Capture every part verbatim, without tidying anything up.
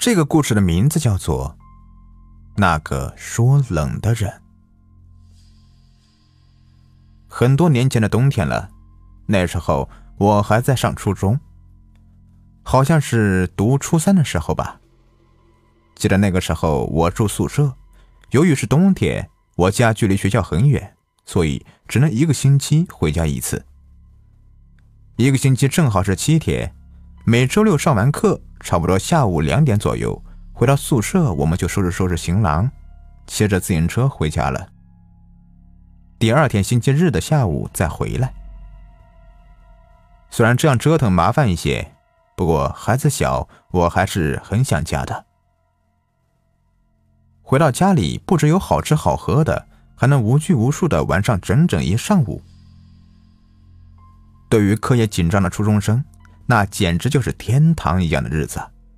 这个故事的名字叫做那个说冷的人。很多年前的冬天了，那时候我还在上初中，好像是读初三的时候吧。记得那个时候我住宿舍，由于是冬天，我家距离学校很远，所以只能一个星期回家一次。一个星期正好是七天，每周六上完课，差不多下午两点左右回到宿舍，我们就收拾收拾行囊，骑着自行车回家了。第二天星期日的下午再回来。虽然这样折腾麻烦一些，不过孩子小，我还是很想家的。回到家里，不只有好吃好喝的，还能无拘无束的玩上整整一上午。对于课业紧张的初中生，那简直就是天堂一样的日子。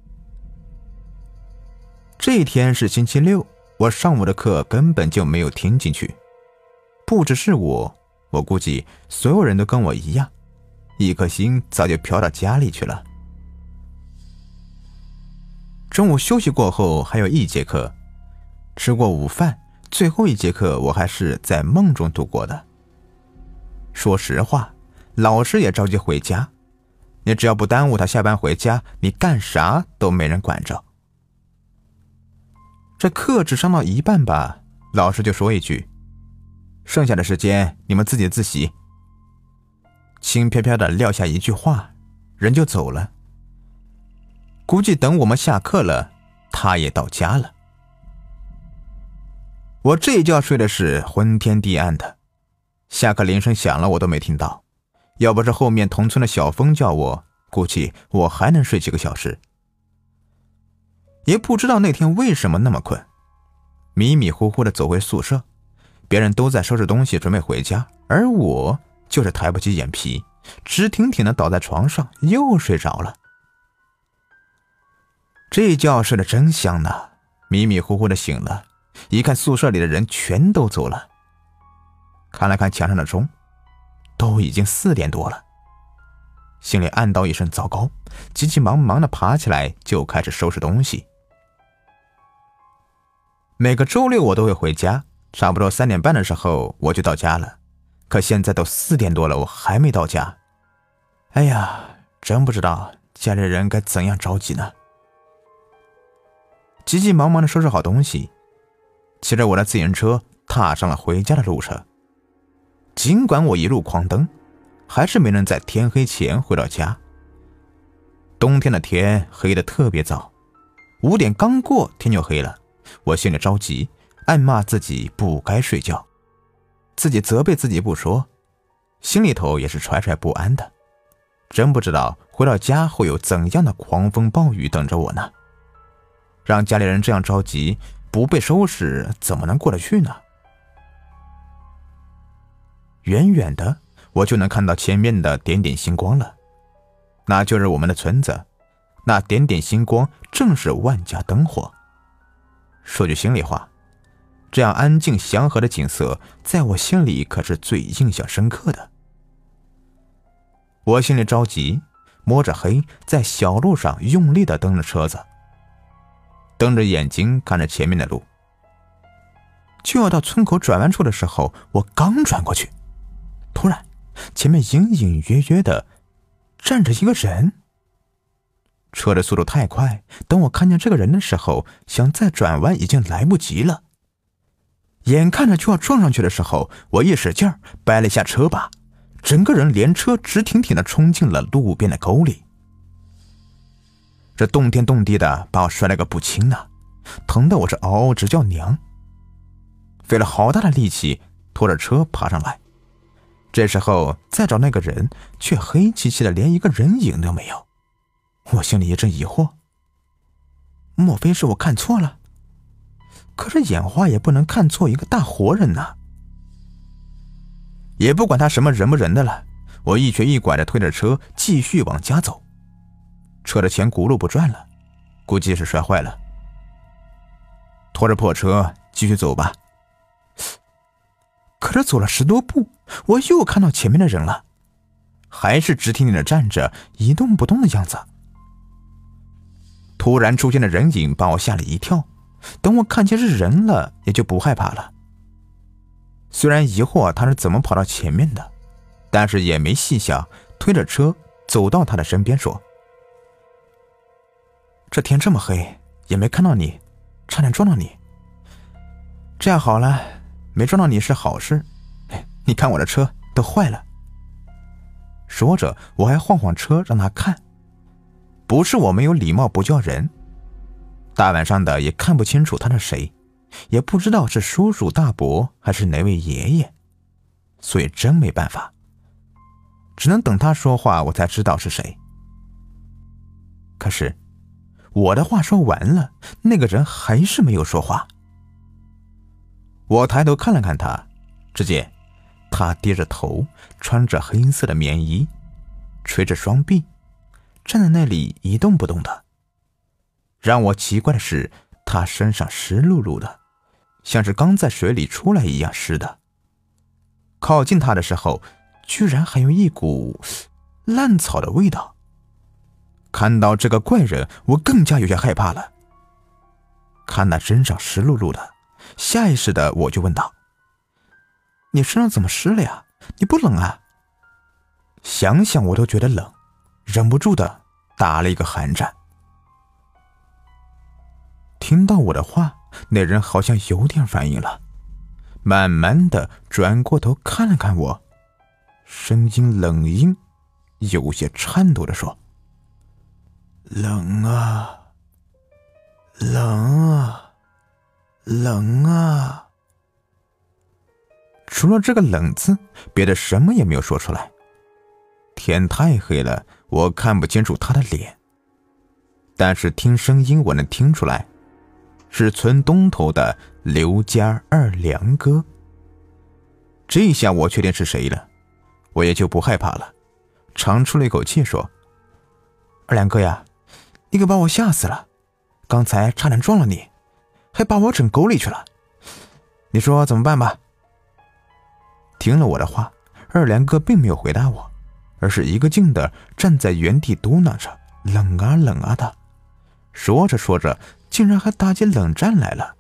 这一天是星期六，我上午的课根本就没有听进去。不只是我，我估计所有人都跟我一样，一颗心早就飘到家里去了。中午休息过后还有一节课，吃过午饭，最后一节课我还是在梦中度过的。说实话，老师也着急回家，你只要不耽误他下班回家，你干啥都没人管着。这课只上到一半吧，老师就说一句，剩下的时间你们自己自习。轻飘飘的撂下一句话，人就走了。估计等我们下课了，他也到家了。我这一觉睡的是昏天地暗的，下课铃声响了我都没听到，要不是后面同村的小峰叫我，估计我还能睡几个小时。也不知道那天为什么那么困，迷迷糊糊的走回宿舍，别人都在收拾东西准备回家，而我就是抬不起眼皮，直挺挺的倒在床上又睡着了。这一觉睡得真香呢，迷迷糊糊的醒了，一看宿舍里的人全都走了，看了看墙上的钟，都已经四点多了，心里暗道一声糟糕，急急忙忙的爬起来就开始收拾东西。每个周六我都会回家，差不多三点半的时候我就到家了，可现在都四点多了，我还没到家。哎呀，真不知道家里人该怎样着急呢。急急忙忙的收拾好东西，骑着我的自行车踏上了回家的路程。尽管我一路狂蹬，还是没能在天黑前回到家。冬天的天黑得特别早，五点刚过天就黑了，我心里着急，暗骂自己不该睡觉，自己责备自己不说，心里头也是惴惴不安的，真不知道回到家会有怎样的狂风暴雨等着我呢。让家里人这样着急，不被收拾怎么能过得去呢？远远的我就能看到前面的点点星光了，那就是我们的村子，那点点星光正是万家灯火。说句心里话，这样安静祥和的景色在我心里可是最印象深刻的。我心里着急，摸着黑在小路上用力地蹬着车子，瞪着眼睛看着前面的路。就要到村口转弯处的时候，我刚转过去，突然前面隐隐约约的站着一个人。车的速度太快，等我看见这个人的时候，想再转弯已经来不及了。眼看着就要撞上去的时候，我一使劲儿掰了一下车把，整个人连车直挺挺的冲进了路边的沟里。这动天动地的把我摔了个不轻啊，疼得我是嗷嗷直叫娘，费了好大的力气拖着车爬上来。这时候再找那个人，却黑漆漆的连一个人影都没有。我心里一阵疑惑，莫非是我看错了？可是眼花也不能看错一个大活人呐。也不管他什么人不人的了，我一瘸一拐的推着车继续往家走。车的前轱辘不转了，估计是摔坏了。拖着破车继续走吧。可是走了十多步，我又看到前面的人了，还是直挺挺的站着，一动不动的样子。 突然出现的人影把我吓了一跳，等我看见是人了，也就不害怕了。虽然疑惑他是怎么跑到前面的，但是也没细想，推着车走到他的身边说：这天这么黑，也没看到你，差点撞到你。这样好了，没撞到你是好事，你看我的车都坏了。说着我还晃晃车让他看，不是我没有礼貌不叫人，大晚上的也看不清楚他是谁，也不知道是叔叔大伯还是哪位爷爷，所以真没办法，只能等他说话我才知道是谁。可是我的话说完了，那个人还是没有说话。我抬头看了看他，只见他低着头，穿着黑色的棉衣，垂着双臂，站在那里一动不动的。让我奇怪的是，他身上湿漉漉的，像是刚在水里出来一样湿的。靠近他的时候，居然还有一股烂草的味道。看到这个怪人，我更加有些害怕了。看他身上湿漉漉的，下意识的我就问道：你身上怎么湿了呀？你不冷啊？想想我都觉得冷，忍不住的打了一个寒战。听到我的话，那人好像有点反应了，慢慢的转过头看了看我，声音冷硬，有些颤抖的说：冷啊，冷啊，冷啊。除了这个冷字，别的什么也没有说出来。天太黑了，我看不清楚他的脸，但是听声音我能听出来，是村东头的刘家二梁哥。这下我确定是谁了，我也就不害怕了，长出了一口气说：二梁哥呀，你可把我吓死了，刚才差点撞了你，还把我整沟里去了，你说怎么办吧？听了我的话，二梁哥并没有回答我，而是一个劲的站在原地嘟囔着冷啊冷啊的，说着说着竟然还打起冷战来了。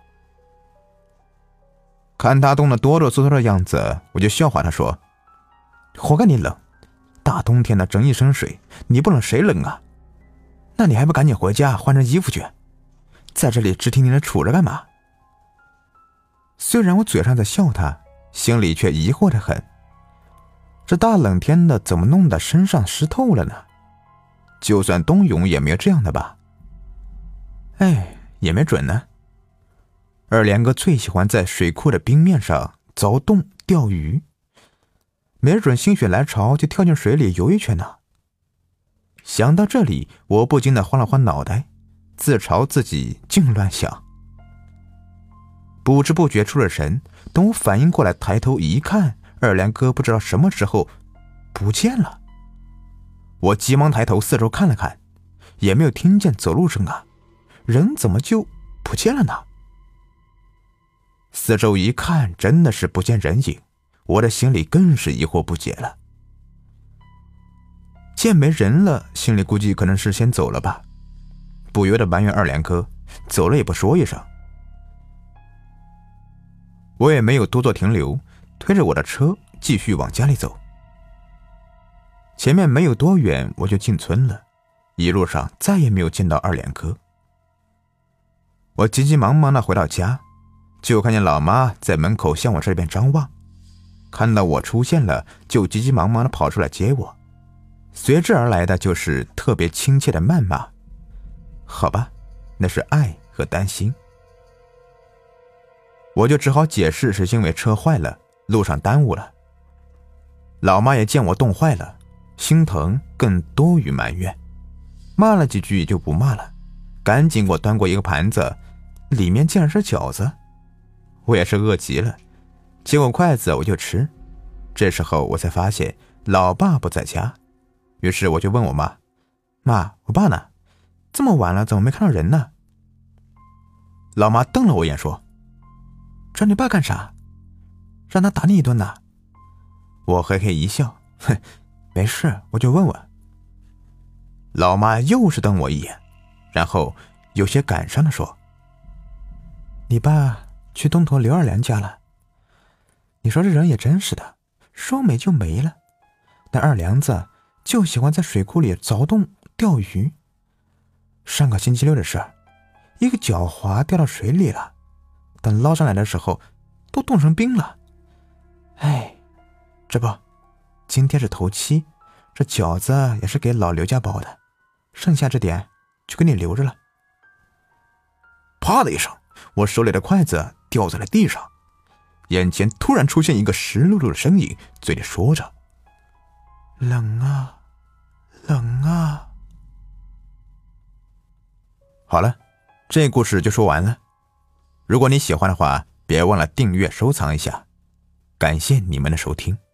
看他冻得哆哆嗦嗦的样子，我就笑话他说：活该你冷，大冬天的整一身水，你不冷谁冷啊？那你还不赶紧回家换身衣服去，在这里直挺挺的杵着干嘛？虽然我嘴上在笑他，心里却疑惑得很，这大冷天的怎么弄得身上湿透了呢？就算冬泳也没有这样的吧？哎，也没准呢。二梁哥最喜欢在水库的冰面上凿洞钓鱼，没准心血来潮就跳进水里游一圈呢。想到这里，我不禁地晃了晃脑袋，自嘲自己净乱想。不知不觉出了神，等我反应过来抬头一看，二梁哥不知道什么时候不见了。我急忙抬头四周看了看，也没有听见走路声啊，人怎么就不见了呢？四周一看，真的是不见人影，我的心里更是疑惑不解了。见没人了，心里估计可能是先走了吧，不由得埋怨二梁哥，走了也不说一声。我也没有多做停留，推着我的车继续往家里走。前面没有多远我就进村了，一路上再也没有见到二梁哥。我急急忙忙地回到家，就看见老妈在门口向我这边张望，看到我出现了，就急急忙忙地跑出来接我，随之而来的就是特别亲切的谩骂。好吧，那是爱和担心。我就只好解释是因为车坏了，路上耽误了。老妈也见我冻坏了，心疼更多于埋怨，骂了几句就不骂了，赶紧给我端过一个盘子，里面竟然是饺子。我也是饿极了，接过筷子我就吃。这时候我才发现老爸不在家，于是我就问我妈：妈，我爸呢？这么晚了怎么没看到人呢？老妈瞪了我一眼说：找你爸干啥？让他打你一顿呢？我嘿嘿一笑，哼，没事，我就问问。老妈又是瞪我一眼，然后有些感伤地说：“你爸去东头刘二娘家了。你说这人也真是的，说没就没了。那二娘子就喜欢在水库里凿洞钓鱼。上个星期六的事，一个脚滑掉到水里了，等捞上来的时候都冻成冰了。哎，这不，今天是头七，这饺子也是给老刘家包的，剩下这点就给你留着了。”啪的一声，我手里的筷子掉在了地上，眼前突然出现一个湿漉漉的身影，嘴里说着：“冷啊，冷啊。”好了，这故事就说完了。如果你喜欢的话，别忘了订阅收藏一下，感谢你们的收听。